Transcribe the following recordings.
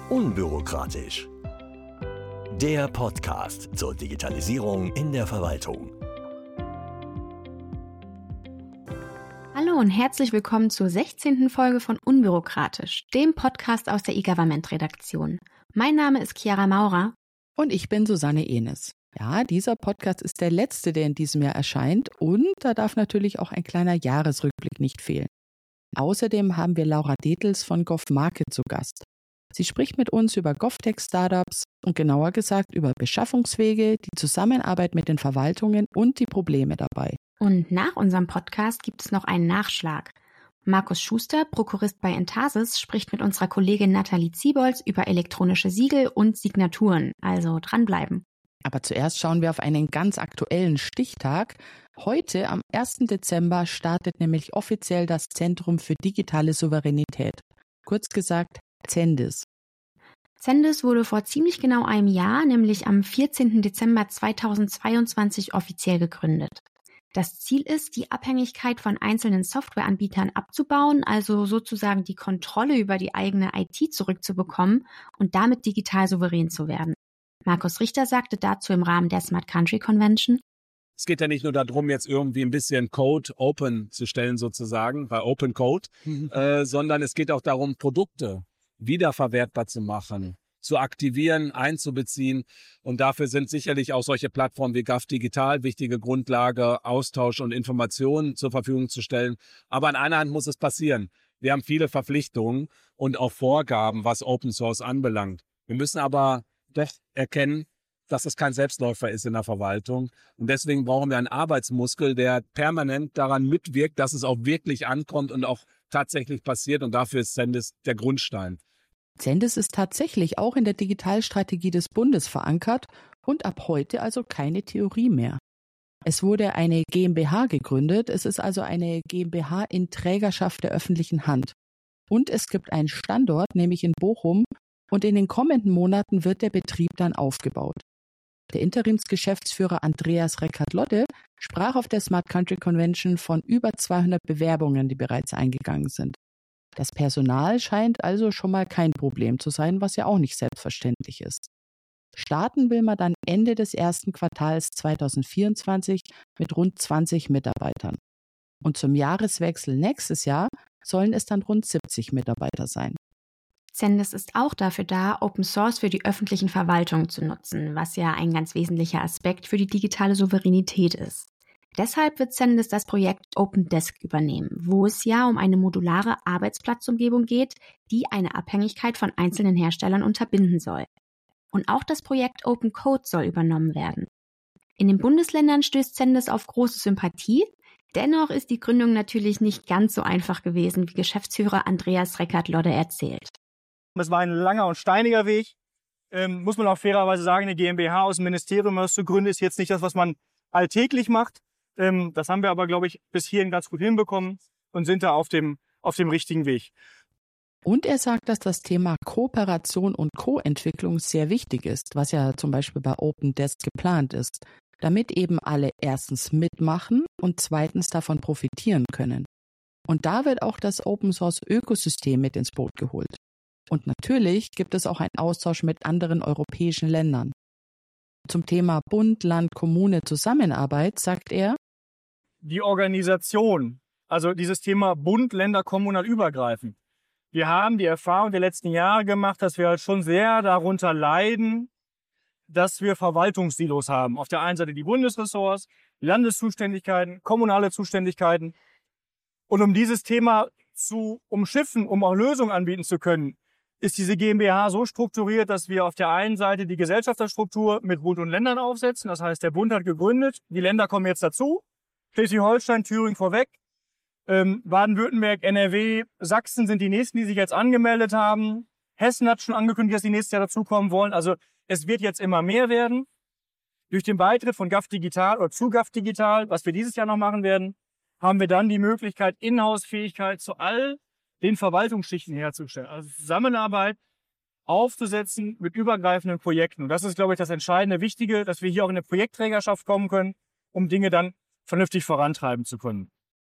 Unbürokratisch. Der Podcast zur Digitalisierung in der Verwaltung. Hallo und herzlich willkommen zur 16. Folge von Unbürokratisch, dem Podcast aus der eGovernment-Redaktion. Mein Name ist Chiara Maurer. Und ich bin Susanne Ehnes. Ja, dieser Podcast ist der letzte, der in diesem Jahr erscheint, und da darf natürlich auch ein kleiner Jahresrückblick nicht fehlen. Außerdem haben wir Laura Detels von GovMarket zu Gast. Sie spricht mit uns über GovTech-Startups und genauer gesagt über Beschaffungswege, die Zusammenarbeit mit den Verwaltungen und die Probleme dabei. Und nach unserem Podcast gibt es noch einen Nachschlag. Markus Schuster, Prokurist bei Entasis, spricht mit unserer Kollegin Nathalie Ziebolz über elektronische Siegel und Signaturen. Also dranbleiben. Aber zuerst schauen wir auf einen ganz aktuellen Stichtag. Heute, am 1. Dezember, startet nämlich offiziell das Zentrum für digitale Souveränität. Kurz gesagt, Zendis. Zendis wurde vor ziemlich genau einem Jahr, nämlich am 14. Dezember 2022 offiziell gegründet. Das Ziel ist, die Abhängigkeit von einzelnen Softwareanbietern abzubauen, also sozusagen die Kontrolle über die eigene IT zurückzubekommen und damit digital souverän zu werden. Markus Richter sagte dazu im Rahmen der Smart Country Convention: Es geht ja nicht nur darum, jetzt irgendwie ein bisschen Code open zu stellen sozusagen, bei Open Code, sondern es geht auch darum, Produkte wiederverwertbar zu machen, zu aktivieren, einzubeziehen. Und dafür sind sicherlich auch solche Plattformen wie GovDigital wichtige Grundlage, Austausch und Informationen zur Verfügung zu stellen. Aber an einer Hand muss es passieren. Wir haben viele Verpflichtungen und auch Vorgaben, was Open Source anbelangt. Wir müssen aber doch erkennen, dass es kein Selbstläufer ist in der Verwaltung. Und deswegen brauchen wir einen Arbeitsmuskel, der permanent daran mitwirkt, dass es auch wirklich ankommt und auch tatsächlich passiert. Und dafür ist Zendis der Grundstein. Zendis ist tatsächlich auch in der Digitalstrategie des Bundes verankert und ab heute also keine Theorie mehr. Es wurde eine GmbH gegründet, es ist also eine GmbH in Trägerschaft der öffentlichen Hand. Und es gibt einen Standort, nämlich in Bochum, und in den kommenden Monaten wird der Betrieb dann aufgebaut. Der Interimsgeschäftsführer Andreas Reckert-Lotte sprach auf der Smart Country Convention von über 200 Bewerbungen, die bereits eingegangen sind. Das Personal scheint also schon mal kein Problem zu sein, was ja auch nicht selbstverständlich ist. Starten will man dann Ende des ersten Quartals 2024 mit rund 20 Mitarbeitern. Und zum Jahreswechsel nächstes Jahr sollen es dann rund 70 Mitarbeiter sein. Zendis ist auch dafür da, Open Source für die öffentlichen Verwaltungen zu nutzen, was ja ein ganz wesentlicher Aspekt für die digitale Souveränität ist. Deshalb wird Zendis das Projekt Open Desk übernehmen, wo es ja um eine modulare Arbeitsplatzumgebung geht, die eine Abhängigkeit von einzelnen Herstellern unterbinden soll. Und auch das Projekt Open Code soll übernommen werden. In den Bundesländern stößt Zendis auf große Sympathie. Dennoch ist die Gründung natürlich nicht ganz so einfach gewesen, wie Geschäftsführer Andreas Reckert-Lotte erzählt. Es war ein langer und steiniger Weg. Muss man auch fairerweise sagen, eine GmbH aus dem Ministerium zu gründen, ist jetzt nicht das, was man alltäglich macht. Das haben wir aber, glaube ich, bis hierhin ganz gut hinbekommen und sind da auf dem richtigen Weg. Und er sagt, dass das Thema Kooperation und Co-Entwicklung sehr wichtig ist, was ja zum Beispiel bei Open Desk geplant ist, damit eben alle erstens mitmachen und zweitens davon profitieren können. Und da wird auch das Open-Source-Ökosystem mit ins Boot geholt. Und natürlich gibt es auch einen Austausch mit anderen europäischen Ländern. Zum Thema Bund, Land, Kommune, Zusammenarbeit sagt er: Die Organisation, also dieses Thema Bund, Länder, kommunal übergreifend. Wir haben die Erfahrung der letzten Jahre gemacht, dass wir halt schon sehr darunter leiden, dass wir Verwaltungssilos haben. Auf der einen Seite die Bundesressorts, Landeszuständigkeiten, kommunale Zuständigkeiten. Und um dieses Thema zu umschiffen, um auch Lösungen anbieten zu können, ist diese GmbH so strukturiert, dass wir auf der einen Seite die Gesellschafterstruktur mit Bund und Ländern aufsetzen. Das heißt, der Bund hat gegründet, die Länder kommen jetzt dazu. Schleswig-Holstein, Thüringen vorweg. Baden-Württemberg, NRW, Sachsen sind die nächsten, die sich jetzt angemeldet haben. Hessen hat schon angekündigt, dass die nächstes Jahr dazukommen wollen. Also es wird jetzt immer mehr werden. Durch den Beitritt von GovDigital oder zu GovDigital, was wir dieses Jahr noch machen werden, haben wir dann die Möglichkeit, Inhouse-Fähigkeit zu all den Verwaltungsschichten herzustellen. Also Zusammenarbeit aufzusetzen mit übergreifenden Projekten. Und das ist, glaube ich, das entscheidende Wichtige, dass wir hier auch in eine Projektträgerschaft kommen können, um Dinge dann vernünftig vorantreiben zu können.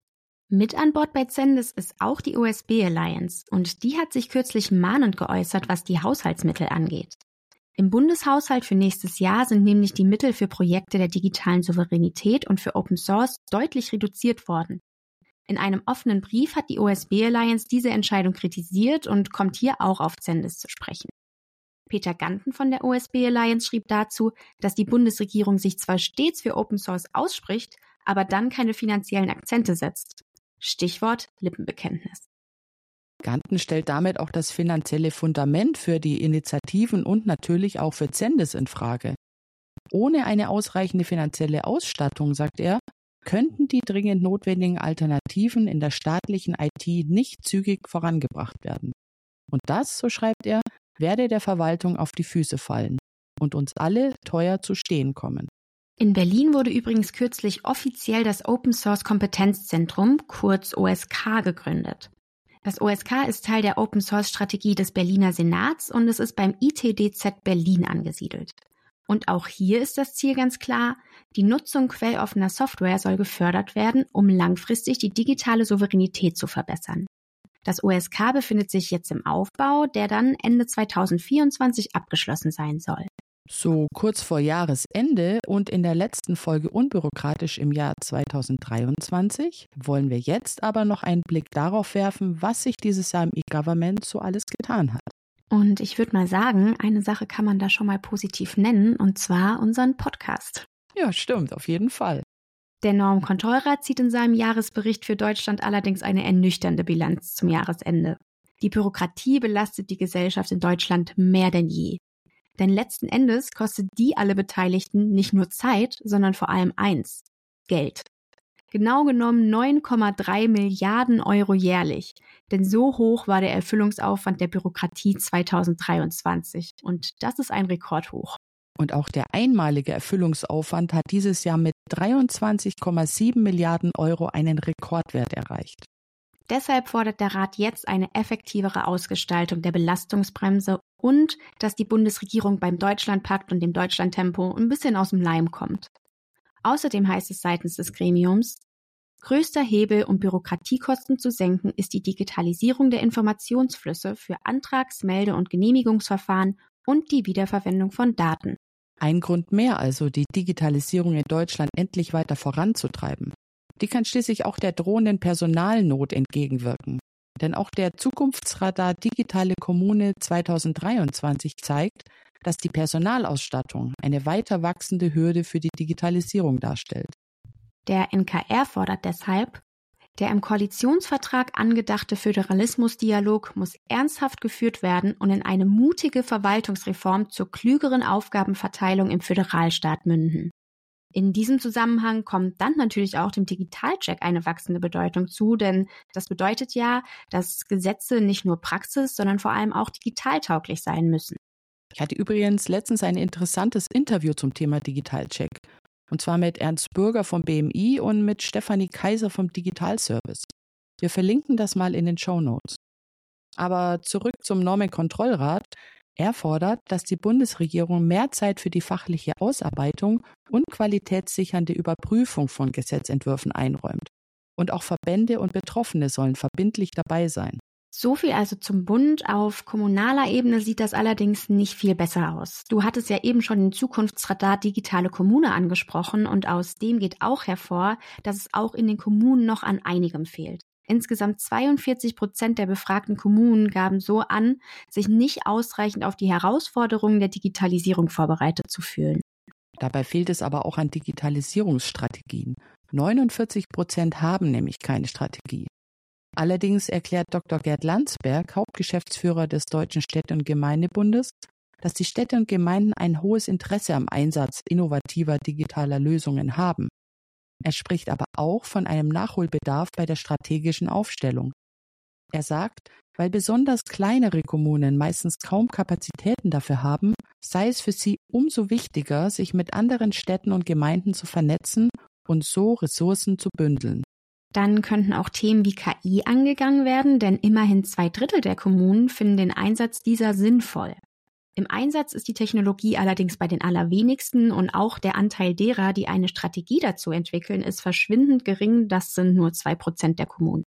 Mit an Bord bei Zendis ist auch die OSB Alliance und die hat sich kürzlich mahnend geäußert, was die Haushaltsmittel angeht. Im Bundeshaushalt für nächstes Jahr sind nämlich die Mittel für Projekte der digitalen Souveränität und für Open Source deutlich reduziert worden. In einem offenen Brief hat die OSB Alliance diese Entscheidung kritisiert und kommt hier auch auf Zendis zu sprechen. Peter Ganten von der OSB Alliance schrieb dazu, dass die Bundesregierung sich zwar stets für Open Source ausspricht, aber dann keine finanziellen Akzente setzt. Stichwort Lippenbekenntnis. Ganten stellt damit auch das finanzielle Fundament für die Initiativen und natürlich auch für Zendis in Frage. Ohne eine ausreichende finanzielle Ausstattung, sagt er, könnten die dringend notwendigen Alternativen in der staatlichen IT nicht zügig vorangebracht werden. Und das, so schreibt er, werde der Verwaltung auf die Füße fallen und uns alle teuer zu stehen kommen. In Berlin wurde übrigens kürzlich offiziell das Open Source Kompetenzzentrum, kurz OSK, gegründet. Das OSK ist Teil der Open Source Strategie des Berliner Senats und es ist beim ITDZ Berlin angesiedelt. Und auch hier ist das Ziel ganz klar, die Nutzung quelloffener Software soll gefördert werden, um langfristig die digitale Souveränität zu verbessern. Das OSK befindet sich jetzt im Aufbau, der dann Ende 2024 abgeschlossen sein soll. So kurz vor Jahresende und in der letzten Folge Unbürokratisch im Jahr 2023 wollen wir jetzt aber noch einen Blick darauf werfen, was sich dieses Jahr im E-Government so alles getan hat. Und ich würde mal sagen, eine Sache kann man da schon mal positiv nennen, und zwar unseren Podcast. Ja, stimmt, auf jeden Fall. Der Normenkontrollrat zieht in seinem Jahresbericht für Deutschland allerdings eine ernüchternde Bilanz zum Jahresende. Die Bürokratie belastet die Gesellschaft in Deutschland mehr denn je. Denn letzten Endes kostet die alle Beteiligten nicht nur Zeit, sondern vor allem eins: Geld. Genau genommen 9,3 Milliarden Euro jährlich. Denn so hoch war der Erfüllungsaufwand der Bürokratie 2023. Und das ist ein Rekordhoch. Und auch der einmalige Erfüllungsaufwand hat dieses Jahr mit 23,7 Milliarden Euro einen Rekordwert erreicht. Deshalb fordert der Rat jetzt eine effektivere Ausgestaltung der Belastungsbremse und dass die Bundesregierung beim Deutschlandpakt und dem Deutschlandtempo ein bisschen aus dem Leim kommt. Außerdem heißt es seitens des Gremiums, größter Hebel, um Bürokratiekosten zu senken, ist die Digitalisierung der Informationsflüsse für Antrags-, Melde- und Genehmigungsverfahren und die Wiederverwendung von Daten. Ein Grund mehr also, die Digitalisierung in Deutschland endlich weiter voranzutreiben. Die kann schließlich auch der drohenden Personalnot entgegenwirken. Denn auch der Zukunftsradar Digitale Kommune 2023 zeigt, dass die Personalausstattung eine weiter wachsende Hürde für die Digitalisierung darstellt. Der NKR fordert deshalb, der im Koalitionsvertrag angedachte Föderalismusdialog muss ernsthaft geführt werden und in eine mutige Verwaltungsreform zur klügeren Aufgabenverteilung im Föderalstaat münden. In diesem Zusammenhang kommt dann natürlich auch dem Digitalcheck eine wachsende Bedeutung zu, denn das bedeutet ja, dass Gesetze nicht nur praxis-, sondern vor allem auch digitaltauglich sein müssen. Ich hatte übrigens letztens ein interessantes Interview zum Thema Digitalcheck. Und zwar mit Ernst Bürger vom BMI und mit Stefanie Kaiser vom Digitalservice. Wir verlinken das mal in den Shownotes. Aber zurück zum Normenkontrollrat. Er fordert, dass die Bundesregierung mehr Zeit für die fachliche Ausarbeitung und qualitätssichernde Überprüfung von Gesetzentwürfen einräumt. Und auch Verbände und Betroffene sollen verbindlich dabei sein. So viel also zum Bund. Auf kommunaler Ebene sieht das allerdings nicht viel besser aus. Du hattest ja eben schon den Zukunftsradar Digitale Kommune angesprochen und aus dem geht auch hervor, dass es auch in den Kommunen noch an einigem fehlt. Insgesamt 42% der befragten Kommunen gaben so an, sich nicht ausreichend auf die Herausforderungen der Digitalisierung vorbereitet zu fühlen. Dabei fehlt es aber auch an Digitalisierungsstrategien. 49% haben nämlich keine Strategie. Allerdings erklärt Dr. Gerd Landsberg, Hauptgeschäftsführer des Deutschen Städte- und Gemeindebundes, dass die Städte und Gemeinden ein hohes Interesse am Einsatz innovativer digitaler Lösungen haben. Er spricht aber auch von einem Nachholbedarf bei der strategischen Aufstellung. Er sagt, weil besonders kleinere Kommunen meistens kaum Kapazitäten dafür haben, sei es für sie umso wichtiger, sich mit anderen Städten und Gemeinden zu vernetzen und so Ressourcen zu bündeln. Dann könnten auch Themen wie KI angegangen werden, denn immerhin 2/3 der Kommunen finden den Einsatz dieser sinnvoll. Im Einsatz ist die Technologie allerdings bei den allerwenigsten und auch der Anteil derer, die eine Strategie dazu entwickeln, ist verschwindend gering. Das sind nur 2% der Kommunen.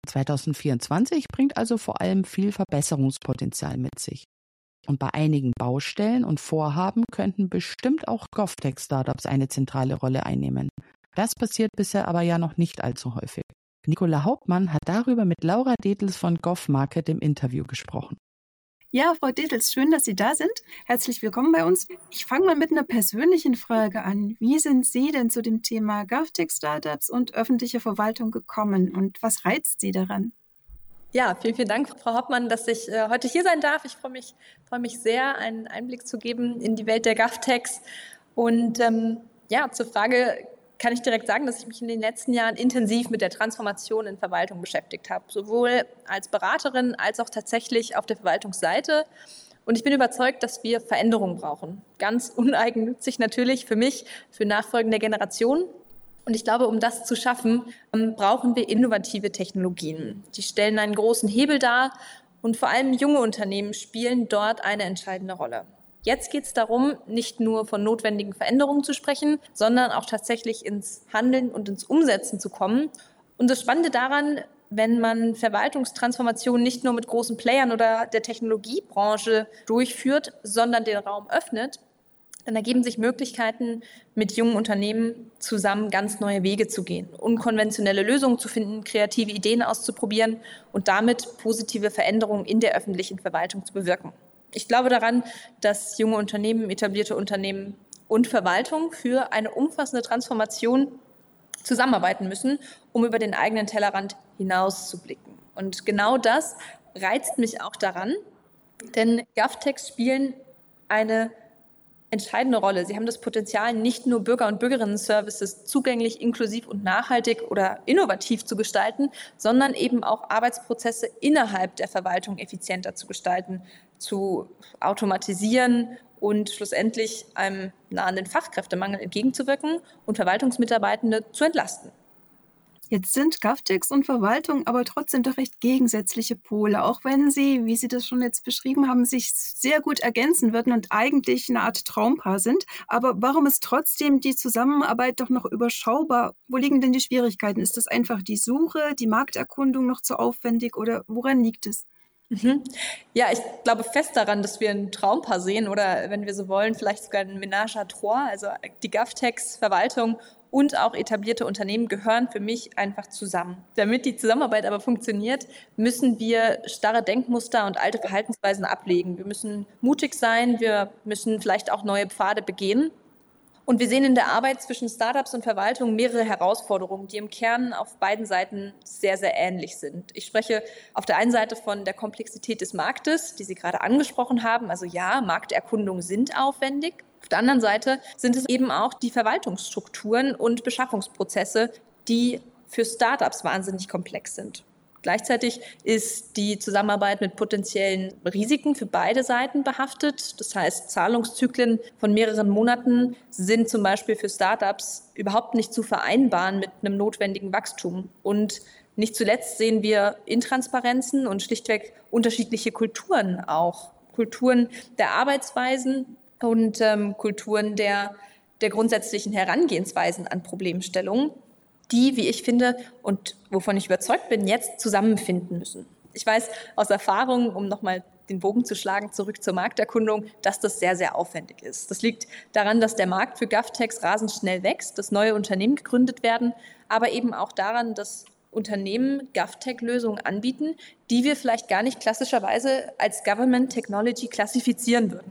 2024 bringt also vor allem viel Verbesserungspotenzial mit sich. Und bei einigen Baustellen und Vorhaben könnten bestimmt auch GovTech-Startups eine zentrale Rolle einnehmen. Das passiert bisher aber ja noch nicht allzu häufig. Nicola Hauptmann hat darüber mit Laura Detels von GovMarket im Interview gesprochen. Ja, Frau Detels, schön, dass Sie da sind. Herzlich willkommen bei uns. Ich fange mal mit einer persönlichen Frage an. Wie sind Sie denn zu dem Thema GovTech-Startups und öffentliche Verwaltung gekommen und was reizt Sie daran? Ja, vielen Dank, Frau Hauptmann, dass ich heute hier sein darf. Ich freue mich sehr, einen Einblick zu geben in die Welt der GovTechs. Und zur Frage kann ich direkt sagen, dass ich mich in den letzten Jahren intensiv mit der Transformation in Verwaltung beschäftigt habe, sowohl als Beraterin als auch tatsächlich auf der Verwaltungsseite. Und ich bin überzeugt, dass wir Veränderungen brauchen. Ganz uneigennützig natürlich für mich, für nachfolgende Generationen. Und ich glaube, um das zu schaffen, brauchen wir innovative Technologien. Die stellen einen großen Hebel dar und vor allem junge Unternehmen spielen dort eine entscheidende Rolle. Jetzt geht es darum, nicht nur von notwendigen Veränderungen zu sprechen, sondern auch tatsächlich ins Handeln und ins Umsetzen zu kommen. Und das Spannende daran, wenn man Verwaltungstransformationen nicht nur mit großen Playern oder der Technologiebranche durchführt, sondern den Raum öffnet, dann ergeben sich Möglichkeiten, mit jungen Unternehmen zusammen ganz neue Wege zu gehen, unkonventionelle Lösungen zu finden, kreative Ideen auszuprobieren und damit positive Veränderungen in der öffentlichen Verwaltung zu bewirken. Ich glaube daran, dass junge Unternehmen, etablierte Unternehmen und Verwaltung für eine umfassende Transformation zusammenarbeiten müssen, um über den eigenen Tellerrand hinaus zu blicken. Und genau das reizt mich auch daran, denn GovTechs spielen eine entscheidende Rolle. Sie haben das Potenzial, nicht nur Bürger- und Bürgerinnen-Services zugänglich, inklusiv und nachhaltig oder innovativ zu gestalten, sondern eben auch Arbeitsprozesse innerhalb der Verwaltung effizienter zu gestalten, zu automatisieren und schlussendlich einem nahenden Fachkräftemangel entgegenzuwirken und Verwaltungsmitarbeitende zu entlasten. Jetzt sind GovTechs und Verwaltung aber trotzdem doch recht gegensätzliche Pole, auch wenn sie, wie Sie das schon jetzt beschrieben haben, sich sehr gut ergänzen würden und eigentlich eine Art Traumpaar sind. Aber warum ist trotzdem die Zusammenarbeit doch noch überschaubar? Wo liegen denn die Schwierigkeiten? Ist das einfach die Suche, die Markterkundung noch zu aufwendig oder woran liegt es? Ja, ich glaube fest daran, dass wir ein Traumpaar sehen oder, wenn wir so wollen, vielleicht sogar ein Ménage à trois. Also die GovTechs, Verwaltung und auch etablierte Unternehmen gehören für mich einfach zusammen. Damit die Zusammenarbeit aber funktioniert, müssen wir starre Denkmuster und alte Verhaltensweisen ablegen. Wir müssen mutig sein, wir müssen vielleicht auch neue Pfade begehen. Und wir sehen in der Arbeit zwischen Startups und Verwaltung mehrere Herausforderungen, die im Kern auf beiden Seiten sehr, sehr ähnlich sind. Ich spreche auf der einen Seite von der Komplexität des Marktes, die Sie gerade angesprochen haben. Also ja, Markterkundungen sind aufwendig. Auf der anderen Seite sind es eben auch die Verwaltungsstrukturen und Beschaffungsprozesse, die für Startups wahnsinnig komplex sind. Gleichzeitig ist die Zusammenarbeit mit potenziellen Risiken für beide Seiten behaftet. Das heißt, Zahlungszyklen von mehreren Monaten sind zum Beispiel für Startups überhaupt nicht zu vereinbaren mit einem notwendigen Wachstum. Und nicht zuletzt sehen wir Intransparenzen und schlichtweg unterschiedliche Kulturen auch. Kulturen der Arbeitsweisen und Kulturen der grundsätzlichen Herangehensweisen an Problemstellungen, die, wie ich finde und wovon ich überzeugt bin, jetzt zusammenfinden müssen. Ich weiß aus Erfahrung, um nochmal den Bogen zu schlagen, zurück zur Markterkundung, dass das sehr, sehr aufwendig ist. Das liegt daran, dass der Markt für GovTechs rasend schnell wächst, dass neue Unternehmen gegründet werden, aber eben auch daran, dass Unternehmen GovTech-Lösungen anbieten, die wir vielleicht gar nicht klassischerweise als Government Technology klassifizieren würden.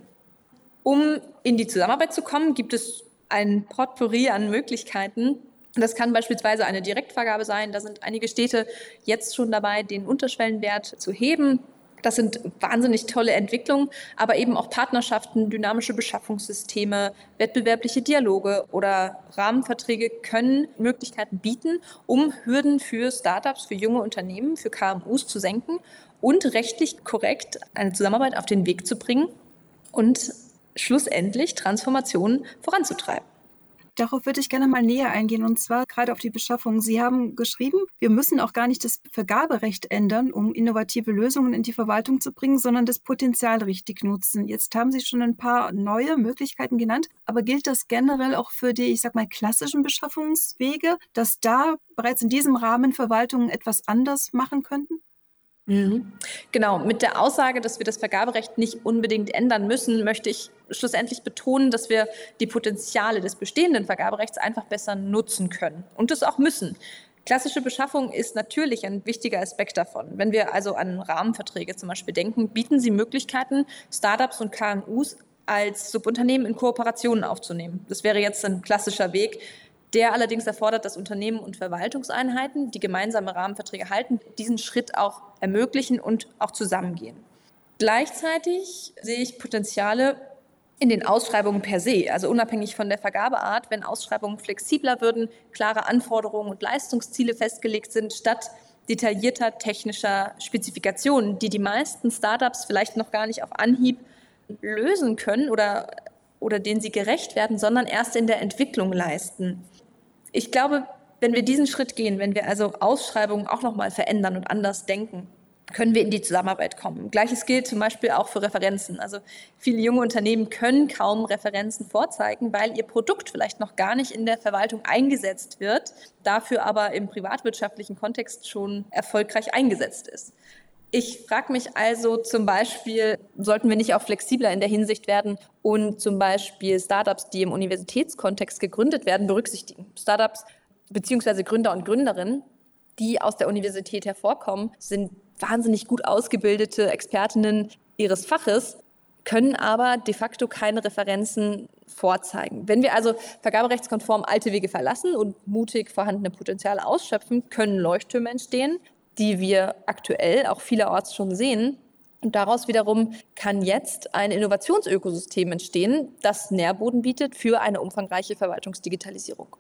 Um in die Zusammenarbeit zu kommen, gibt es ein Potpourri an Möglichkeiten. Das kann beispielsweise eine Direktvergabe sein. Da sind einige Städte jetzt schon dabei, den Unterschwellenwert zu heben. Das sind wahnsinnig tolle Entwicklungen, aber eben auch Partnerschaften, dynamische Beschaffungssysteme, wettbewerbliche Dialoge oder Rahmenverträge können Möglichkeiten bieten, um Hürden für Startups, für junge Unternehmen, für KMUs zu senken und rechtlich korrekt eine Zusammenarbeit auf den Weg zu bringen und schlussendlich Transformationen voranzutreiben. Darauf würde ich gerne mal näher eingehen, und zwar gerade auf die Beschaffung. Sie haben geschrieben, wir müssen auch gar nicht das Vergaberecht ändern, um innovative Lösungen in die Verwaltung zu bringen, sondern das Potenzial richtig nutzen. Jetzt haben Sie schon ein paar neue Möglichkeiten genannt, aber gilt das generell auch für die, ich sag mal, klassischen Beschaffungswege, dass da bereits in diesem Rahmen Verwaltungen etwas anders machen könnten? Genau, mit der Aussage, dass wir das Vergaberecht nicht unbedingt ändern müssen, möchte ich schlussendlich betonen, dass wir die Potenziale des bestehenden Vergaberechts einfach besser nutzen können und das auch müssen. Klassische Beschaffung ist natürlich ein wichtiger Aspekt davon. Wenn wir also an Rahmenverträge zum Beispiel denken, bieten sie Möglichkeiten, Startups und KMUs als Subunternehmen in Kooperationen aufzunehmen. Das wäre jetzt ein klassischer Weg. Der allerdings erfordert, dass Unternehmen und Verwaltungseinheiten, die gemeinsame Rahmenverträge halten, diesen Schritt auch ermöglichen und auch zusammengehen. Gleichzeitig sehe ich Potenziale in den Ausschreibungen per se, also unabhängig von der Vergabeart, wenn Ausschreibungen flexibler würden, klare Anforderungen und Leistungsziele festgelegt sind, statt detaillierter technischer Spezifikationen, die die meisten Startups vielleicht noch gar nicht auf Anhieb lösen können oder denen sie gerecht werden, sondern erst in der Entwicklung leisten. Ich glaube, wenn wir diesen Schritt gehen, wenn wir also Ausschreibungen auch nochmal verändern und anders denken, können wir in die Zusammenarbeit kommen. Gleiches gilt zum Beispiel auch für Referenzen. Also viele junge Unternehmen können kaum Referenzen vorzeigen, weil ihr Produkt vielleicht noch gar nicht in der Verwaltung eingesetzt wird, dafür aber im privatwirtschaftlichen Kontext schon erfolgreich eingesetzt ist. Ich frage mich also zum Beispiel, sollten wir nicht auch flexibler in der Hinsicht werden und zum Beispiel Startups, die im Universitätskontext gegründet werden, berücksichtigen. Startups bzw. Gründer und Gründerinnen, die aus der Universität hervorkommen, sind wahnsinnig gut ausgebildete Expertinnen ihres Faches, können aber de facto keine Referenzen vorzeigen. Wenn wir also vergaberechtskonform alte Wege verlassen und mutig vorhandene Potenziale ausschöpfen, können Leuchttürme entstehen, die wir aktuell auch vielerorts schon sehen. Und daraus wiederum kann jetzt ein Innovationsökosystem entstehen, das Nährboden bietet für eine umfangreiche Verwaltungsdigitalisierung.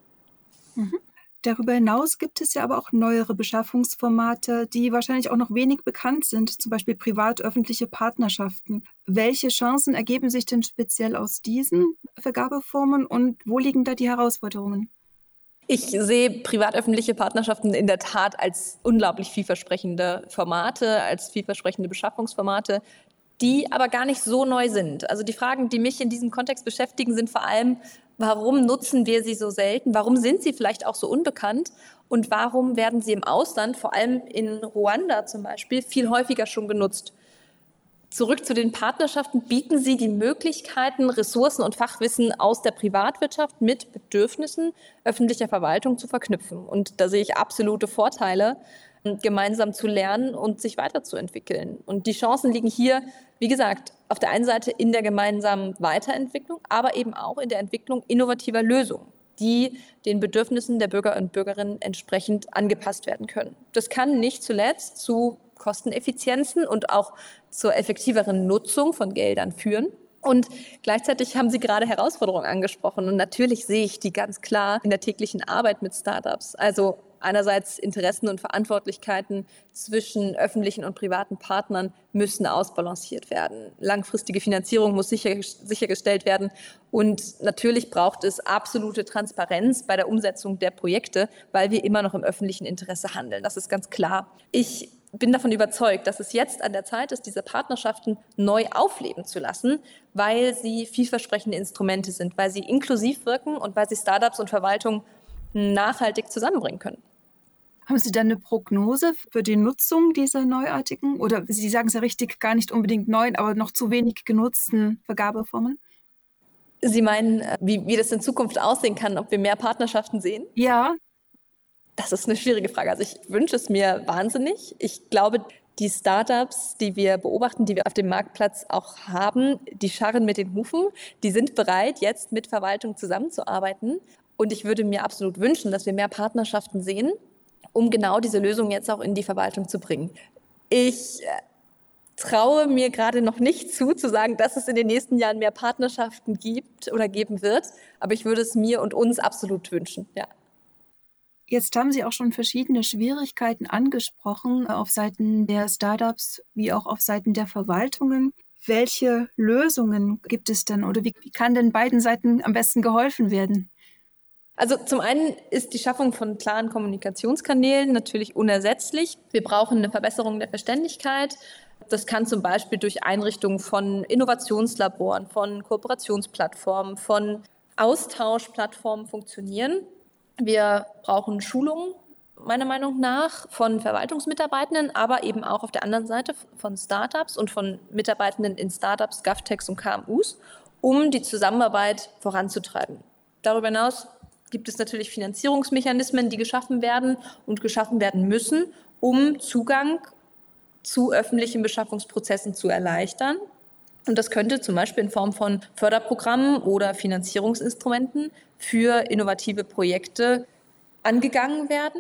Darüber hinaus gibt es ja aber auch neuere Beschaffungsformate, die wahrscheinlich auch noch wenig bekannt sind, zum Beispiel privat-öffentliche Partnerschaften. Welche Chancen ergeben sich denn speziell aus diesen Vergabeformen und wo liegen da die Herausforderungen? Ich sehe privat-öffentliche Partnerschaften in der Tat als unglaublich vielversprechende Formate, als vielversprechende Beschaffungsformate, die aber gar nicht so neu sind. Also die Fragen, die mich in diesem Kontext beschäftigen, sind vor allem, warum nutzen wir sie so selten? Warum sind sie vielleicht auch so unbekannt? Und warum werden sie im Ausland, vor allem in Ruanda zum Beispiel, viel häufiger schon genutzt? Zurück zu den Partnerschaften bieten sie die Möglichkeiten, Ressourcen und Fachwissen aus der Privatwirtschaft mit Bedürfnissen öffentlicher Verwaltung zu verknüpfen. Und da sehe ich absolute Vorteile, gemeinsam zu lernen und sich weiterzuentwickeln. Und die Chancen liegen hier, wie gesagt, auf der einen Seite in der gemeinsamen Weiterentwicklung, aber eben auch in der Entwicklung innovativer Lösungen, die den Bedürfnissen der Bürger und Bürgerinnen entsprechend angepasst werden können. Das kann nicht zuletzt zu Kosteneffizienzen und auch zur effektiveren Nutzung von Geldern führen. Und gleichzeitig haben Sie gerade Herausforderungen angesprochen. Und natürlich sehe ich die ganz klar in der täglichen Arbeit mit Startups. Also einerseits Interessen und Verantwortlichkeiten zwischen öffentlichen und privaten Partnern müssen ausbalanciert werden. Langfristige Finanzierung muss sichergestellt werden. Und natürlich braucht es absolute Transparenz bei der Umsetzung der Projekte, weil wir immer noch im öffentlichen Interesse handeln. Das ist ganz klar. Ich bin davon überzeugt, dass es jetzt an der Zeit ist, diese Partnerschaften neu aufleben zu lassen, weil sie vielversprechende Instrumente sind, weil sie inklusiv wirken und weil sie Startups und Verwaltung nachhaltig zusammenbringen können. Haben Sie da eine Prognose für die Nutzung dieser neuartigen, oder Sie sagen es ja richtig, gar nicht unbedingt neuen, aber noch zu wenig genutzten Vergabeformen? Sie meinen, wie das in Zukunft aussehen kann, ob wir mehr Partnerschaften sehen? Ja. Das ist eine schwierige Frage. Also ich wünsche es mir wahnsinnig. Ich glaube, die Startups, die wir beobachten, die wir auf dem Marktplatz auch haben, die scharren mit den Hufen. Die sind bereit, jetzt mit Verwaltung zusammenzuarbeiten. Und ich würde mir absolut wünschen, dass wir mehr Partnerschaften sehen, um genau diese Lösung jetzt auch in die Verwaltung zu bringen. Ich traue mir gerade noch nicht zu sagen, dass es in den nächsten Jahren mehr Partnerschaften gibt oder geben wird. Aber ich würde es mir und uns absolut wünschen, ja. Jetzt haben Sie auch schon verschiedene Schwierigkeiten angesprochen, auf Seiten der Startups wie auch auf Seiten der Verwaltungen. Welche Lösungen gibt es denn oder wie kann denn beiden Seiten am besten geholfen werden? Also zum einen ist die Schaffung von klaren Kommunikationskanälen natürlich unersetzlich. Wir brauchen eine Verbesserung der Verständlichkeit. Das kann zum Beispiel durch Einrichtungen von Innovationslaboren, von Kooperationsplattformen, von Austauschplattformen funktionieren. Wir brauchen Schulungen, meiner Meinung nach, von Verwaltungsmitarbeitenden, aber eben auch auf der anderen Seite von Startups und von Mitarbeitenden in Startups, GovTechs und KMUs, um die Zusammenarbeit voranzutreiben. Darüber hinaus gibt es natürlich Finanzierungsmechanismen, die geschaffen werden und geschaffen werden müssen, um Zugang zu öffentlichen Beschaffungsprozessen zu erleichtern. Und das könnte zum Beispiel in Form von Förderprogrammen oder Finanzierungsinstrumenten für innovative Projekte angegangen werden.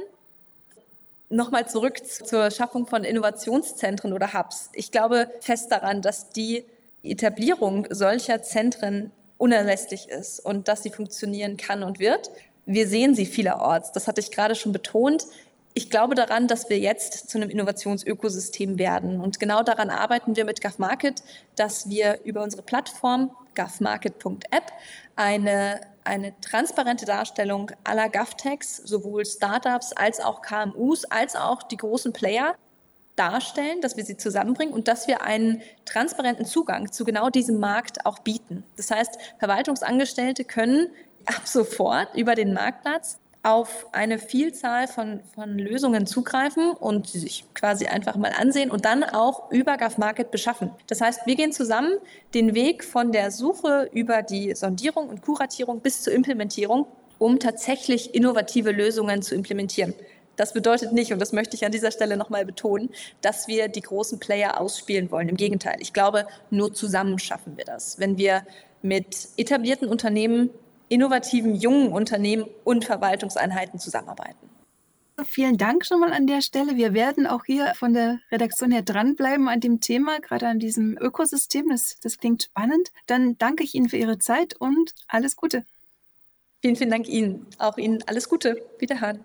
Nochmal zurück zur Schaffung von Innovationszentren oder Hubs. Ich glaube fest daran, dass die Etablierung solcher Zentren unerlässlich ist und dass sie funktionieren kann und wird. Wir sehen sie vielerorts, das hatte ich gerade schon betont. Ich glaube daran, dass wir jetzt zu einem Innovationsökosystem werden. Und genau daran arbeiten wir mit GovMarket, dass wir über unsere Plattform govmarket.app eine transparente Darstellung aller GovTechs, sowohl Startups als auch KMUs, als auch die großen Player darstellen, dass wir sie zusammenbringen und dass wir einen transparenten Zugang zu genau diesem Markt auch bieten. Das heißt, Verwaltungsangestellte können ab sofort über den Marktplatz auf eine Vielzahl von Lösungen zugreifen und sie sich quasi einfach mal ansehen und dann auch über GovMarket beschaffen. Das heißt, wir gehen zusammen den Weg von der Suche über die Sondierung und Kuratierung bis zur Implementierung, um tatsächlich innovative Lösungen zu implementieren. Das bedeutet nicht, und das möchte ich an dieser Stelle nochmal betonen, dass wir die großen Player ausspielen wollen. Im Gegenteil, ich glaube, nur zusammen schaffen wir das. Wenn wir mit etablierten Unternehmen, innovativen jungen Unternehmen und Verwaltungseinheiten zusammenarbeiten. Vielen Dank schon mal an der Stelle. Wir werden auch hier von der Redaktion her dranbleiben an dem Thema, gerade an diesem Ökosystem. Das klingt spannend. Dann danke ich Ihnen für Ihre Zeit und alles Gute. Vielen, vielen Dank Ihnen. Auch Ihnen alles Gute. Wiederhören.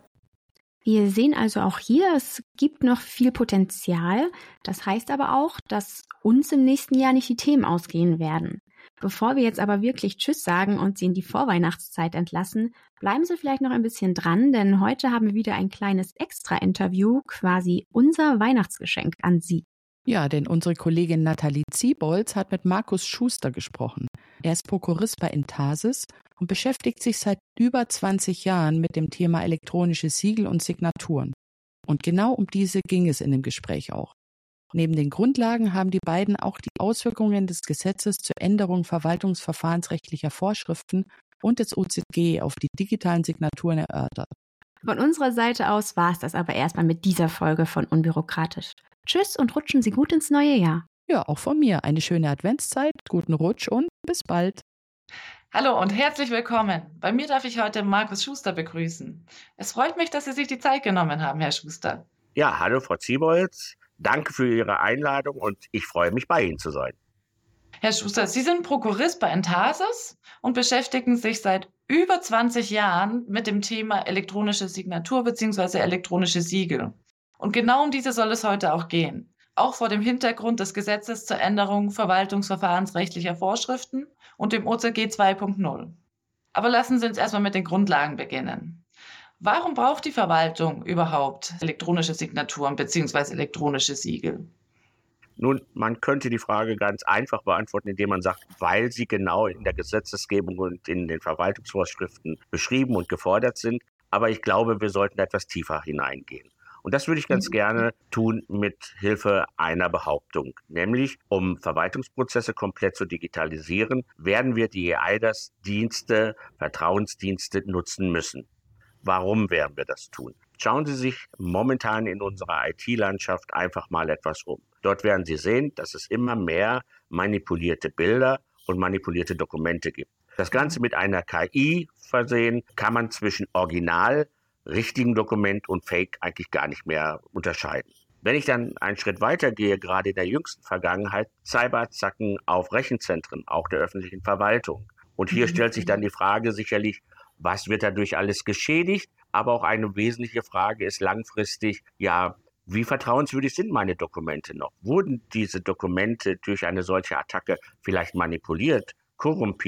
Wir sehen also auch hier, es gibt noch viel Potenzial. Das heißt aber auch, dass uns im nächsten Jahr nicht die Themen ausgehen werden. Bevor wir jetzt aber wirklich Tschüss sagen und Sie in die Vorweihnachtszeit entlassen, bleiben Sie vielleicht noch ein bisschen dran, denn heute haben wir wieder ein kleines Extra-Interview, quasi unser Weihnachtsgeschenk an Sie. Ja, denn unsere Kollegin Nathalie Zibolz hat mit Markus Schuster gesprochen. Er ist Prokurist bei Entasis und beschäftigt sich seit über 20 Jahren mit dem Thema elektronische Siegel und Signaturen. Und genau um diese ging es in dem Gespräch auch. Neben den Grundlagen haben die beiden auch die Auswirkungen des Gesetzes zur Änderung verwaltungsverfahrensrechtlicher Vorschriften und des OZG auf die digitalen Signaturen erörtert. Von unserer Seite aus war es das aber erstmal mit dieser Folge von Unbürokratisch. Tschüss und rutschen Sie gut ins neue Jahr. Ja, auch von mir eine schöne Adventszeit, guten Rutsch und bis bald. Hallo und herzlich willkommen. Bei mir darf ich heute Markus Schuster begrüßen. Es freut mich, dass Sie sich die Zeit genommen haben, Herr Schuster. Ja, hallo Frau Zibolz. Danke für Ihre Einladung und ich freue mich, bei Ihnen zu sein. Herr Schuster, Sie sind Prokurist bei Entasis und beschäftigen sich seit über 20 Jahren mit dem Thema elektronische Signatur bzw. elektronische Siegel. Und genau um diese soll es heute auch gehen. Auch vor dem Hintergrund des Gesetzes zur Änderung verwaltungsverfahrensrechtlicher Vorschriften und dem OZG 2.0. Aber lassen Sie uns erstmal mit den Grundlagen beginnen. Warum braucht die Verwaltung überhaupt elektronische Signaturen bzw. elektronische Siegel? Nun, man könnte die Frage ganz einfach beantworten, indem man sagt, weil sie genau in der Gesetzesgebung und in den Verwaltungsvorschriften beschrieben und gefordert sind. Aber ich glaube, wir sollten etwas tiefer hineingehen. Und das würde ich ganz gerne tun mit Hilfe einer Behauptung. Nämlich, um Verwaltungsprozesse komplett zu digitalisieren, werden wir die eIDAS-Dienste, Vertrauensdienste nutzen müssen. Warum werden wir das tun? Schauen Sie sich momentan in unserer IT-Landschaft einfach mal etwas um. Dort werden Sie sehen, dass es immer mehr manipulierte Bilder und manipulierte Dokumente gibt. Das Ganze mit einer KI versehen, kann man zwischen Original, richtigen Dokument und Fake eigentlich gar nicht mehr unterscheiden. Wenn ich dann einen Schritt weiter gehe, gerade in der jüngsten Vergangenheit, Cyberattacken auf Rechenzentren, auch der öffentlichen Verwaltung. Und hier stellt sich dann die Frage sicherlich, was wird dadurch alles geschädigt? Aber auch eine wesentliche Frage ist langfristig, ja, wie vertrauenswürdig sind meine Dokumente noch? Wurden diese Dokumente durch eine solche Attacke vielleicht manipuliert, korrumpiert?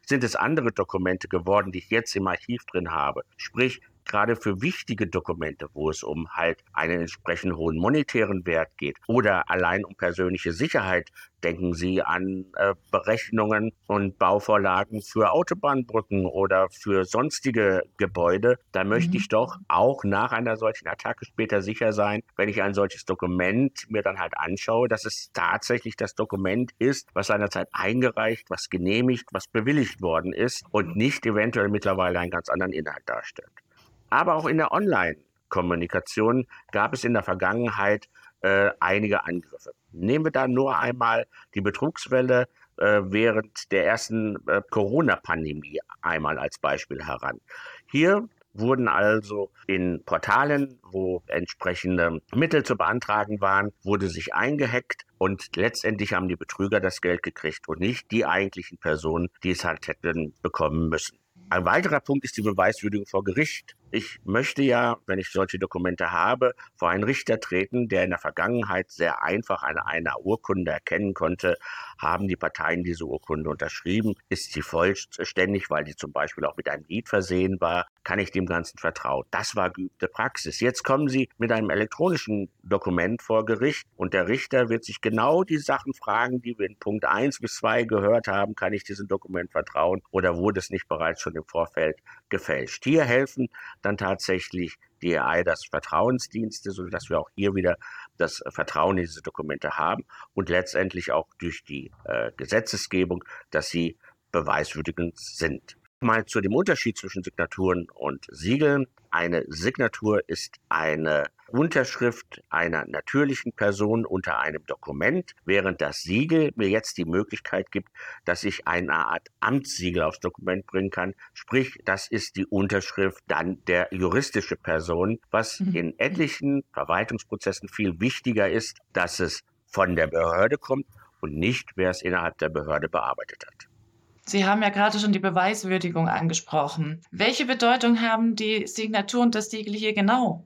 sind es andere Dokumente geworden, die ich jetzt im Archiv drin habe. Sprich, gerade für wichtige Dokumente, wo es um halt einen entsprechend hohen monetären Wert geht oder allein um persönliche Sicherheit, denken Sie an Berechnungen und Bauvorlagen für Autobahnbrücken oder für sonstige Gebäude. Da möchte ich doch auch nach einer solchen Attacke später sicher sein, wenn ich ein solches Dokument mir dann halt anschaue, dass es tatsächlich das Dokument ist, was seinerzeit eingereicht, was genehmigt, was bewilligt worden ist und nicht eventuell mittlerweile einen ganz anderen Inhalt darstellt. Aber auch in der Online-Kommunikation gab es in der Vergangenheit einige Angriffe. Nehmen wir da nur einmal die Betrugswelle während der ersten Corona-Pandemie einmal als Beispiel heran. Hier wurden also in Portalen, wo entsprechende Mittel zu beantragen waren, wurde sich eingehackt und letztendlich haben die Betrüger das Geld gekriegt und nicht die eigentlichen Personen, die es halt hätten bekommen müssen. Ein weiterer Punkt ist die Beweiswürdigung vor Gericht. Ich möchte ja, wenn ich solche Dokumente habe, vor einen Richter treten, der in der Vergangenheit sehr einfach an einer Urkunde erkennen konnte, haben die Parteien diese Urkunde unterschrieben, ist sie vollständig, weil die zum Beispiel auch mit einem Lied versehen war, kann ich dem Ganzen vertrauen. Das war geübte Praxis. Jetzt kommen Sie mit einem elektronischen Dokument vor Gericht und der Richter wird sich genau die Sachen fragen, die wir in Punkt 1 bis 2 gehört haben, kann ich diesem Dokument vertrauen oder wurde es nicht bereits schon im Vorfeld gefälscht. Hier helfen dann tatsächlich die eIDAS-Vertrauensdienste, sodass wir auch hier wieder das Vertrauen in diese Dokumente haben und letztendlich auch durch die Gesetzesgebung, dass sie beweiswürdigend sind. Mal zu dem Unterschied zwischen Signaturen und Siegeln. Eine Signatur ist eine Unterschrift einer natürlichen Person unter einem Dokument, während das Siegel mir jetzt die Möglichkeit gibt, dass ich eine Art Amtssiegel aufs Dokument bringen kann. Sprich, das ist die Unterschrift dann der juristischen Person, was in etlichen Verwaltungsprozessen viel wichtiger ist, dass es von der Behörde kommt und nicht, wer es innerhalb der Behörde bearbeitet hat. Sie haben ja gerade schon die Beweiswürdigung angesprochen. Welche Bedeutung haben die Signatur und das Siegel hier genau?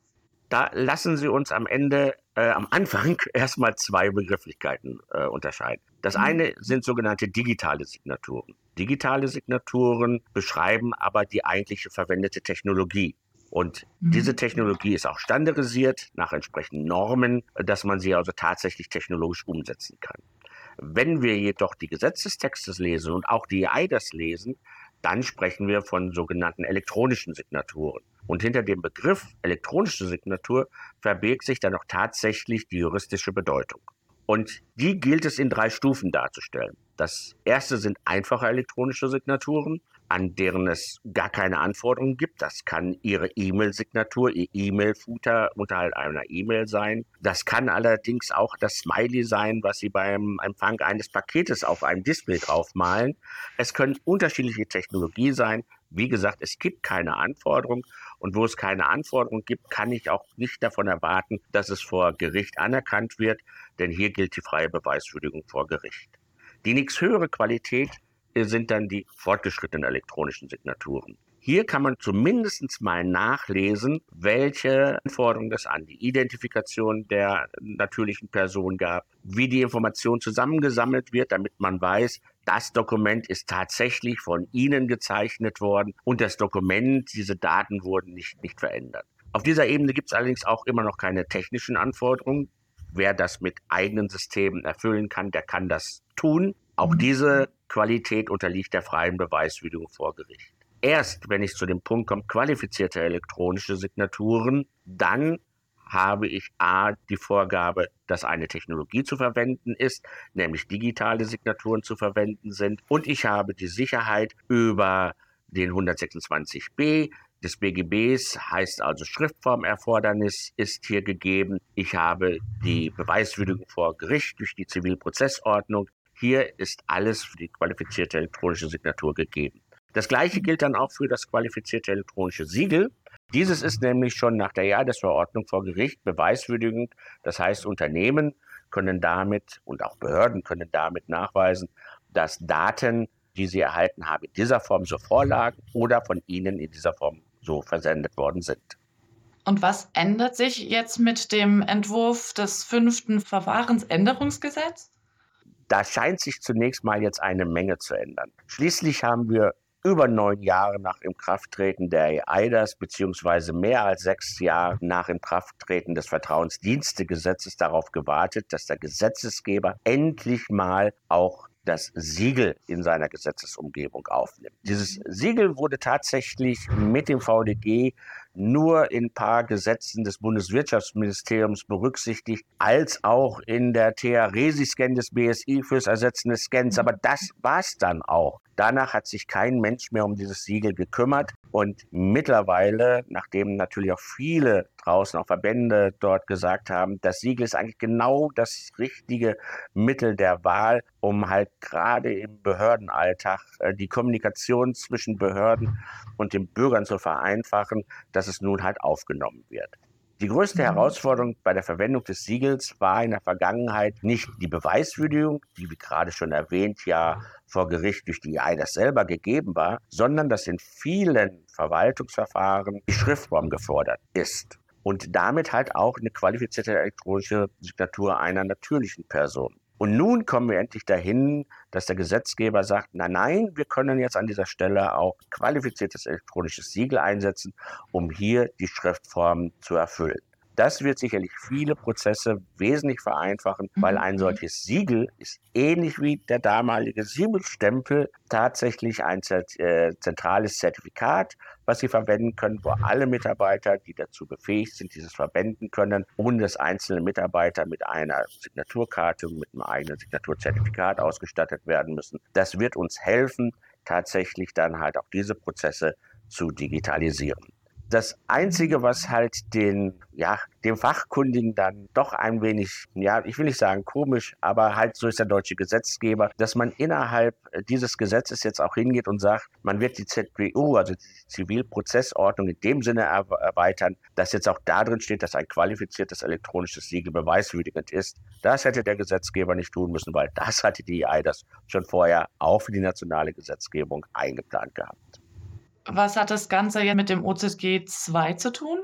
Da lassen Sie uns am Anfang erstmal zwei Begrifflichkeiten unterscheiden. Das eine sind sogenannte digitale Signaturen. Digitale Signaturen beschreiben aber die eigentliche verwendete Technologie. Und diese Technologie ist auch standardisiert nach entsprechenden Normen, dass man sie also tatsächlich technologisch umsetzen kann. Wenn wir jedoch die Gesetzestexte lesen und auch die eIDAS lesen, dann sprechen wir von sogenannten elektronischen Signaturen. Und hinter dem Begriff elektronische Signatur verbirgt sich dann auch tatsächlich die juristische Bedeutung. Und die gilt es in 3 Stufen darzustellen. Das erste sind einfache elektronische Signaturen, an deren es gar keine Anforderungen gibt. Das kann Ihre E-Mail-Signatur, Ihr E-Mail-Footer unterhalb einer E-Mail sein. Das kann allerdings auch das Smiley sein, was Sie beim Empfang eines Paketes auf einem Display draufmalen. Es können unterschiedliche Technologie sein. Wie gesagt, es gibt keine Anforderung. Und wo es keine Anforderung gibt, kann ich auch nicht davon erwarten, dass es vor Gericht anerkannt wird, denn hier gilt die freie Beweiswürdigung vor Gericht. Die nächsthöhere Qualität sind dann die fortgeschrittenen elektronischen Signaturen. Hier kann man zumindest mal nachlesen, welche Anforderungen es an die Identifikation der natürlichen Person gab, wie die Information zusammengesammelt wird, damit man weiß, das Dokument ist tatsächlich von Ihnen gezeichnet worden und das Dokument, diese Daten wurden nicht verändert. Auf dieser Ebene gibt es allerdings auch immer noch keine technischen Anforderungen. Wer das mit eigenen Systemen erfüllen kann, der kann das tun. Auch diese Qualität unterliegt der freien Beweiswürdigung vor Gericht. Erst wenn ich zu dem Punkt komme, qualifizierte elektronische Signaturen, dann habe ich die Vorgabe, dass eine Technologie zu verwenden ist, nämlich digitale Signaturen zu verwenden sind. Und ich habe die Sicherheit über den 126b des BGBs, heißt also Schriftformerfordernis ist hier gegeben. Ich habe die Beweiswürdigung vor Gericht durch die Zivilprozessordnung. Hier ist alles für die qualifizierte elektronische Signatur gegeben. Das Gleiche gilt dann auch für das qualifizierte elektronische Siegel. Dieses ist nämlich schon nach der eIDAS-Verordnung vor Gericht beweiswürdigend. Das heißt, Unternehmen können damit und auch Behörden können damit nachweisen, dass Daten, die sie erhalten haben, in dieser Form so vorlagen oder von ihnen in dieser Form so versendet worden sind. Und was ändert sich jetzt mit dem Entwurf des 5. Verfahrensänderungsgesetzes? Da scheint sich zunächst mal jetzt eine Menge zu ändern. Schließlich haben wir über 9 Jahre nach Inkrafttreten der eIDAS beziehungsweise mehr als 6 Jahre nach Inkrafttreten des Vertrauensdienstegesetzes darauf gewartet, dass der Gesetzgeber endlich mal auch das Siegel in seiner Gesetzesumgebung aufnimmt. Dieses Siegel wurde tatsächlich mit dem VDG nur in ein paar Gesetzen des Bundeswirtschaftsministeriums berücksichtigt, als auch in der TH-Resi-Scan des BSI fürs Ersetzen des Scans. Aber das war es dann auch. Danach hat sich kein Mensch mehr um dieses Siegel gekümmert. Und mittlerweile, nachdem natürlich auch viele draußen, auch Verbände dort gesagt haben, das Siegel ist eigentlich genau das richtige Mittel der Wahl, um halt gerade im Behördenalltag die Kommunikation zwischen Behörden und den Bürgern zu vereinfachen, dass es nun halt aufgenommen wird. Die größte Herausforderung bei der Verwendung des Siegels war in der Vergangenheit nicht die Beweiswürdigung, die, wie gerade schon erwähnt, ja vor Gericht durch die eIDAS selber gegeben war, sondern dass in vielen Verwaltungsverfahren die Schriftform gefordert ist und damit halt auch eine qualifizierte elektronische Signatur einer natürlichen Person. Und nun kommen wir endlich dahin, dass der Gesetzgeber sagt, nein, wir können jetzt an dieser Stelle auch qualifiziertes elektronisches Siegel einsetzen, um hier die Schriftform zu erfüllen. Das wird sicherlich viele Prozesse wesentlich vereinfachen, weil ein solches Siegel ist ähnlich wie der damalige Siegelstempel tatsächlich ein zentrales Zertifikat, was Sie verwenden können, wo alle Mitarbeiter, die dazu befähigt sind, dieses verwenden können, ohne dass einzelne Mitarbeiter mit einer Signaturkarte, mit einem eigenen Signaturzertifikat ausgestattet werden müssen. Das wird uns helfen, tatsächlich dann halt auch diese Prozesse zu digitalisieren. Das Einzige, was halt dem Fachkundigen dann doch ein wenig, ich will nicht sagen komisch, aber halt so ist der deutsche Gesetzgeber, dass man innerhalb dieses Gesetzes jetzt auch hingeht und sagt, man wird die ZPO, also die Zivilprozessordnung in dem Sinne erweitern, dass jetzt auch da drin steht, dass ein qualifiziertes elektronisches Siegel beweiswürdigend ist. Das hätte der Gesetzgeber nicht tun müssen, weil das hatte die eIDAS schon vorher auch für die nationale Gesetzgebung eingeplant gehabt. Was hat das Ganze jetzt mit dem OZG 2 zu tun?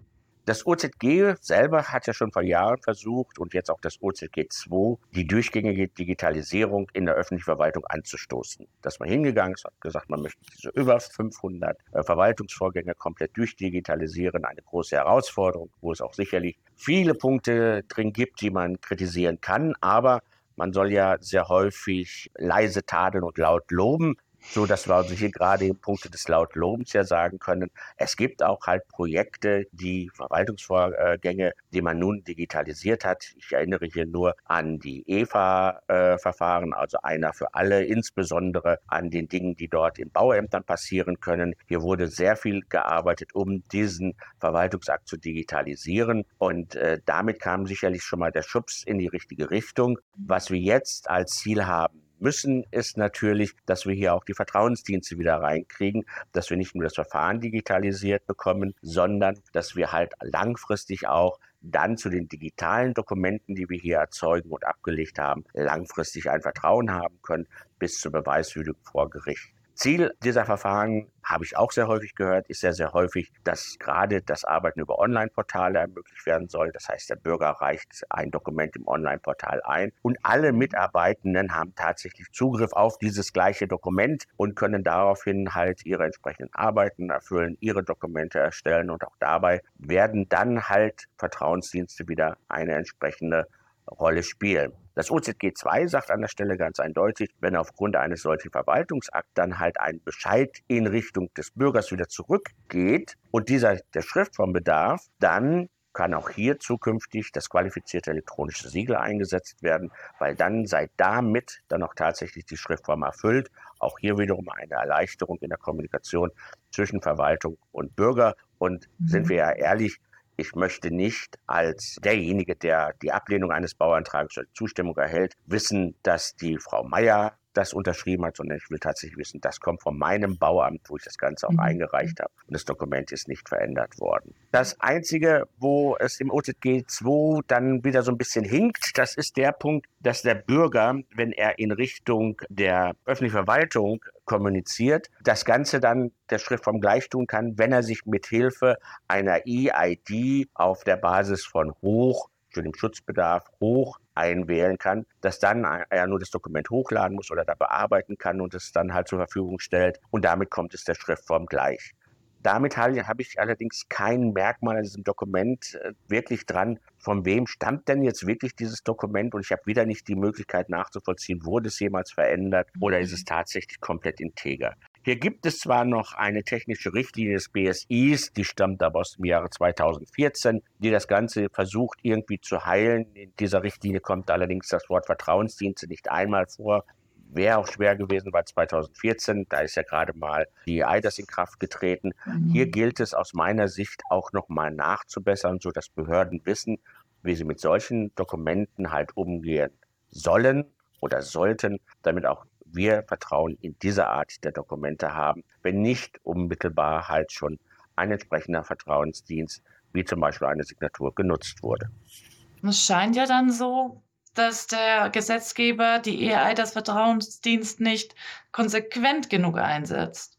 Das OZG selber hat ja schon vor Jahren versucht und jetzt auch das OZG 2, die durchgängige Digitalisierung in der öffentlichen Verwaltung anzustoßen. Dass man hingegangen ist, hat gesagt, man möchte diese über 500 Verwaltungsvorgänge komplett durchdigitalisieren. Eine große Herausforderung, wo es auch sicherlich viele Punkte drin gibt, die man kritisieren kann. Aber man soll ja sehr häufig leise tadeln und laut loben. So, dass wir also hier gerade im Punkte des Lautlobens ja sagen können, es gibt auch halt Projekte, die Verwaltungsvorgänge, die man nun digitalisiert hat. Ich erinnere hier nur an die EFA-Verfahren, also einer für alle, insbesondere an den Dingen, die dort in Bauämtern passieren können. Hier wurde sehr viel gearbeitet, um diesen Verwaltungsakt zu digitalisieren und damit kam sicherlich schon mal der Schubs in die richtige Richtung. Was wir jetzt als Ziel haben müssen, ist natürlich, dass wir hier auch die Vertrauensdienste wieder reinkriegen, dass wir nicht nur das Verfahren digitalisiert bekommen, sondern dass wir halt langfristig auch dann zu den digitalen Dokumenten, die wir hier erzeugen und abgelegt haben, langfristig ein Vertrauen haben können bis zur Beweiswürdigung vor Gericht. Ziel dieser Verfahren, habe ich auch sehr häufig gehört, ist sehr, sehr häufig, dass gerade das Arbeiten über Online-Portale ermöglicht werden soll. Das heißt, der Bürger reicht ein Dokument im Online-Portal ein und alle Mitarbeitenden haben tatsächlich Zugriff auf dieses gleiche Dokument und können daraufhin halt ihre entsprechenden Arbeiten erfüllen, ihre Dokumente erstellen und auch dabei werden dann halt Vertrauensdienste wieder eine entsprechende Rolle spielen. Das OZG 2 sagt an der Stelle ganz eindeutig, wenn aufgrund eines solchen Verwaltungsakts dann halt ein Bescheid in Richtung des Bürgers wieder zurückgeht und dieser der Schriftform bedarf, dann kann auch hier zukünftig das qualifizierte elektronische Siegel eingesetzt werden, weil dann sei damit dann auch tatsächlich die Schriftform erfüllt. Auch hier wiederum eine Erleichterung in der Kommunikation zwischen Verwaltung und Bürger. Und sind wir ja ehrlich, ich möchte nicht als derjenige, der die Ablehnung eines Bauantrags oder Zustimmung erhält, wissen, dass die Frau Meier das unterschrieben hat, sondern ich will tatsächlich wissen, das kommt von meinem Bauamt, wo ich das Ganze auch eingereicht habe. Und das Dokument ist nicht verändert worden. Das Einzige, wo es im OZG 2 dann wieder so ein bisschen hinkt, das ist der Punkt, dass der Bürger, wenn er in Richtung der öffentlichen Verwaltung kommuniziert, das Ganze dann der Schriftform gleich tun kann, wenn er sich mit Hilfe einer EID auf der Basis von für den Schutzbedarf hoch einwählen kann, dass dann er nur das Dokument hochladen muss oder da bearbeiten kann und es dann halt zur Verfügung stellt und damit kommt es der Schriftform gleich. Damit habe ich allerdings kein Merkmal an diesem Dokument wirklich dran, von wem stammt denn jetzt wirklich dieses Dokument und ich habe wieder nicht die Möglichkeit nachzuvollziehen, wurde es jemals verändert oder ist es tatsächlich komplett integer. Hier gibt es zwar noch eine technische Richtlinie des BSIs, die stammt aber aus dem Jahre 2014, die das Ganze versucht irgendwie zu heilen. In dieser Richtlinie kommt allerdings das Wort Vertrauensdienste nicht einmal vor. Wäre auch schwer gewesen bei 2014, da ist ja gerade mal die eIDAS in Kraft getreten. Hier gilt es aus meiner Sicht auch nochmal nachzubessern, sodass Behörden wissen, wie sie mit solchen Dokumenten halt umgehen sollen oder sollten, damit auch wir Vertrauen in diese Art der Dokumente haben, wenn nicht unmittelbar halt schon ein entsprechender Vertrauensdienst, wie zum Beispiel eine Signatur, genutzt wurde. Es scheint ja dann so, dass der Gesetzgeber die eIDAS Vertrauensdienst nicht konsequent genug einsetzt.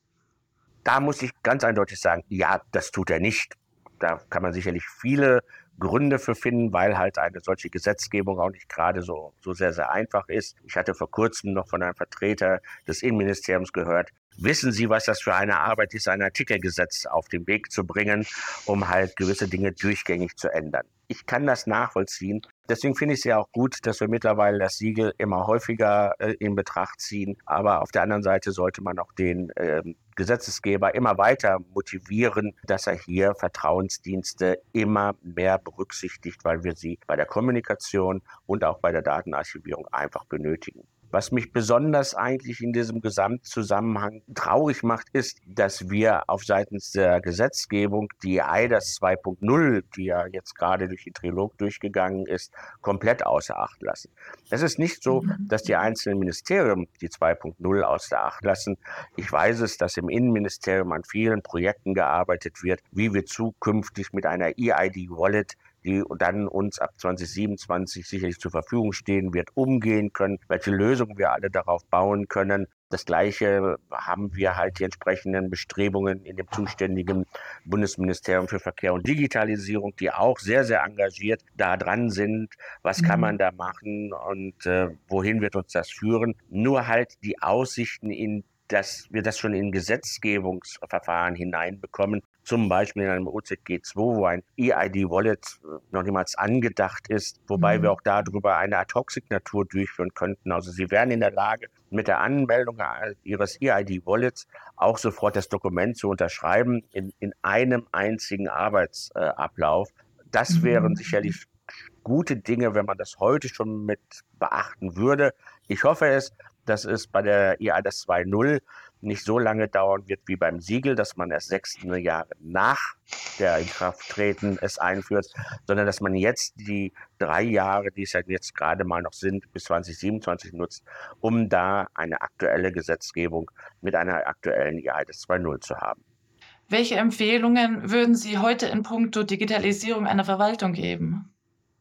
Da muss ich ganz eindeutig sagen, ja, das tut er nicht. Da kann man sicherlich viele Gründe für finden, weil halt eine solche Gesetzgebung auch nicht gerade so sehr, sehr einfach ist. Ich hatte vor kurzem noch von einem Vertreter des Innenministeriums gehört, wissen Sie, was das für eine Arbeit ist, ein Artikelgesetz auf den Weg zu bringen, um halt gewisse Dinge durchgängig zu ändern. Ich kann das nachvollziehen. Deswegen finde ich es ja auch gut, dass wir mittlerweile das Siegel immer häufiger in Betracht ziehen. Aber auf der anderen Seite sollte man auch den Gesetzesgeber immer weiter motivieren, dass er hier Vertrauensdienste immer mehr berücksichtigt, weil wir sie bei der Kommunikation und auch bei der Datenarchivierung einfach benötigen. Was mich besonders eigentlich in diesem Gesamtzusammenhang traurig macht, ist, dass wir auf seitens der Gesetzgebung die eIDAS 2.0, die ja jetzt gerade durch den Trilog durchgegangen ist, komplett außer Acht lassen. Es ist nicht so, dass die einzelnen Ministerien die 2.0 außer Acht lassen. Ich weiß es, dass im Innenministerium an vielen Projekten gearbeitet wird, wie wir zukünftig mit einer eID-Wallet, die dann uns ab 2027 sicherlich zur Verfügung stehen wird, umgehen können, welche Lösungen wir alle darauf bauen können. Das Gleiche haben wir halt die entsprechenden Bestrebungen in dem zuständigen Bundesministerium für Verkehr und Digitalisierung, die auch sehr, sehr engagiert da dran sind. Was kann man da machen und wohin wird uns das führen? Nur halt die Aussichten, dass wir das schon in Gesetzgebungsverfahren hineinbekommen, zum Beispiel in einem OZG2, wo ein eID-Wallet noch niemals angedacht ist, wobei wir auch darüber eine Ad-Hoc-Signatur durchführen könnten. Also Sie wären in der Lage, mit der Anmeldung Ihres eID-Wallets auch sofort das Dokument zu unterschreiben in einem einzigen Arbeitsablauf. Das wären sicherlich gute Dinge, wenn man das heute schon mit beachten würde. Ich hoffe es, dass es bei der eIDAS 2.0 nicht so lange dauern wird wie beim Siegel, dass man erst 6 Jahre nach der Inkrafttreten es einführt, sondern dass man jetzt die 3 Jahre, die es ja jetzt gerade mal noch sind, bis 2027 nutzt, um da eine aktuelle Gesetzgebung mit einer aktuellen eIDAS 2.0 zu haben. Welche Empfehlungen würden Sie heute in puncto Digitalisierung einer Verwaltung geben?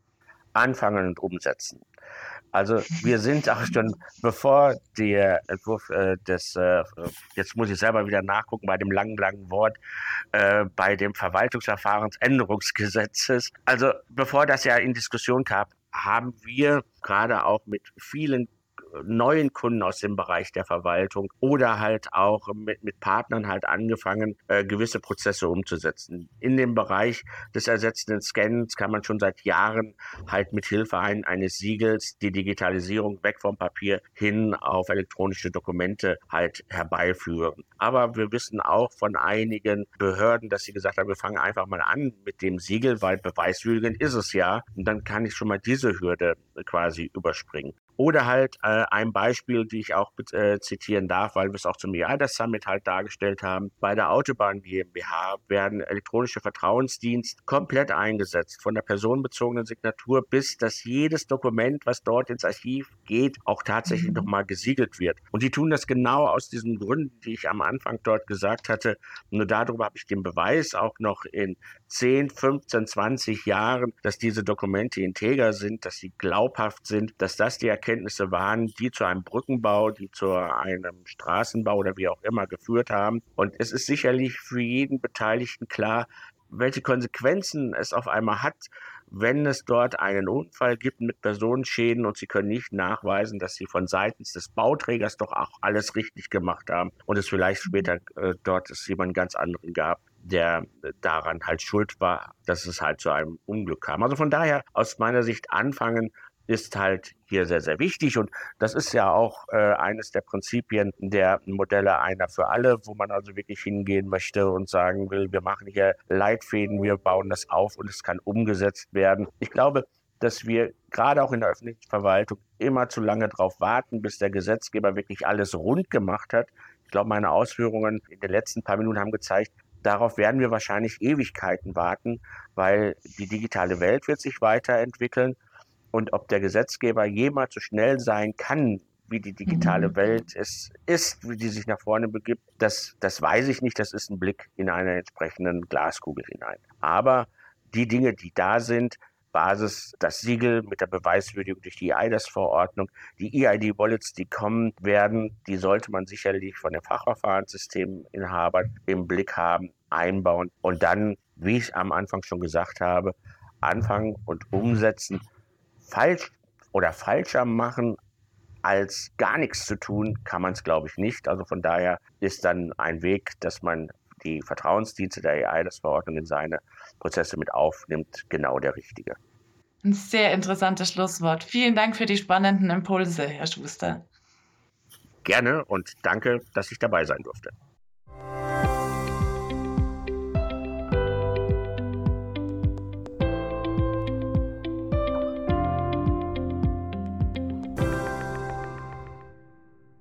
Anfangen und umsetzen. Also wir sind auch schon, bevor der Entwurf jetzt muss ich selber wieder nachgucken bei dem langen Wort, bei dem Verwaltungsverfahrensänderungsgesetzes, also bevor das ja in Diskussion kam, haben wir gerade auch mit vielen neuen Kunden aus dem Bereich der Verwaltung oder halt auch mit Partnern halt angefangen, gewisse Prozesse umzusetzen. In dem Bereich des ersetzenden Scans kann man schon seit Jahren halt mit Hilfe eines Siegels die Digitalisierung weg vom Papier hin auf elektronische Dokumente halt herbeiführen. Aber wir wissen auch von einigen Behörden, dass sie gesagt haben, wir fangen einfach mal an mit dem Siegel, weil beweiswürdigend ist es ja. Und dann kann ich schon mal diese Hürde quasi überspringen. Oder halt ein Beispiel, die ich auch zitieren darf, weil wir es auch zum eIDAS Summit halt dargestellt haben. Bei der Autobahn GmbH werden elektronische Vertrauensdienst komplett eingesetzt, von der personenbezogenen Signatur bis, dass jedes Dokument, was dort ins Archiv geht, auch tatsächlich nochmal gesiegelt wird. Und die tun das genau aus diesen Gründen, die ich am Anfang dort gesagt hatte. Nur darüber habe ich den Beweis auch noch in 10, 15, 20 Jahren, dass diese Dokumente integer sind, dass sie glaubhaft sind, dass das die Erkenntnisse waren, die zu einem Brückenbau, die zu einem Straßenbau oder wie auch immer geführt haben. Und es ist sicherlich für jeden Beteiligten klar, welche Konsequenzen es auf einmal hat, wenn es dort einen Unfall gibt mit Personenschäden und Sie können nicht nachweisen, dass Sie von seitens des Bauträgers doch auch alles richtig gemacht haben und es vielleicht später dort es jemand ganz anderen gab, der daran halt schuld war, dass es halt zu einem Unglück kam. Also von daher aus meiner Sicht anfangen ist halt hier sehr, sehr wichtig. Und das ist ja auch eines der Prinzipien der Modelle einer für alle, wo man also wirklich hingehen möchte und sagen will, wir machen hier Leitfäden, wir bauen das auf und es kann umgesetzt werden. Ich glaube, dass wir gerade auch in der öffentlichen Verwaltung immer zu lange darauf warten, bis der Gesetzgeber wirklich alles rund gemacht hat. Ich glaube, meine Ausführungen in den letzten paar Minuten haben gezeigt, darauf werden wir wahrscheinlich Ewigkeiten warten, weil die digitale Welt wird sich weiterentwickeln. Und ob der Gesetzgeber jemals so schnell sein kann, wie die digitale Welt ist, wie die sich nach vorne begibt, das weiß ich nicht. Das ist ein Blick in eine entsprechende Glaskugel hinein. Aber die Dinge, die da sind, Basis, das Siegel mit der Beweiswürdigung durch die eIDAS-Verordnung, die eID-Wallets, die kommen werden, die sollte man sicherlich von den Fachverfahrenssystemeinhabern im Blick haben, einbauen und dann, wie ich am Anfang schon gesagt habe, anfangen und umsetzen. Falsch oder falscher machen als gar nichts zu tun, kann man es, glaube ich, nicht. Also von daher ist dann ein Weg, dass man die Vertrauensdienste der eIDAS-Verordnung in seine Prozesse mit aufnimmt, genau der richtige. Ein sehr interessantes Schlusswort. Vielen Dank für die spannenden Impulse, Herr Schuster. Gerne und danke, dass ich dabei sein durfte.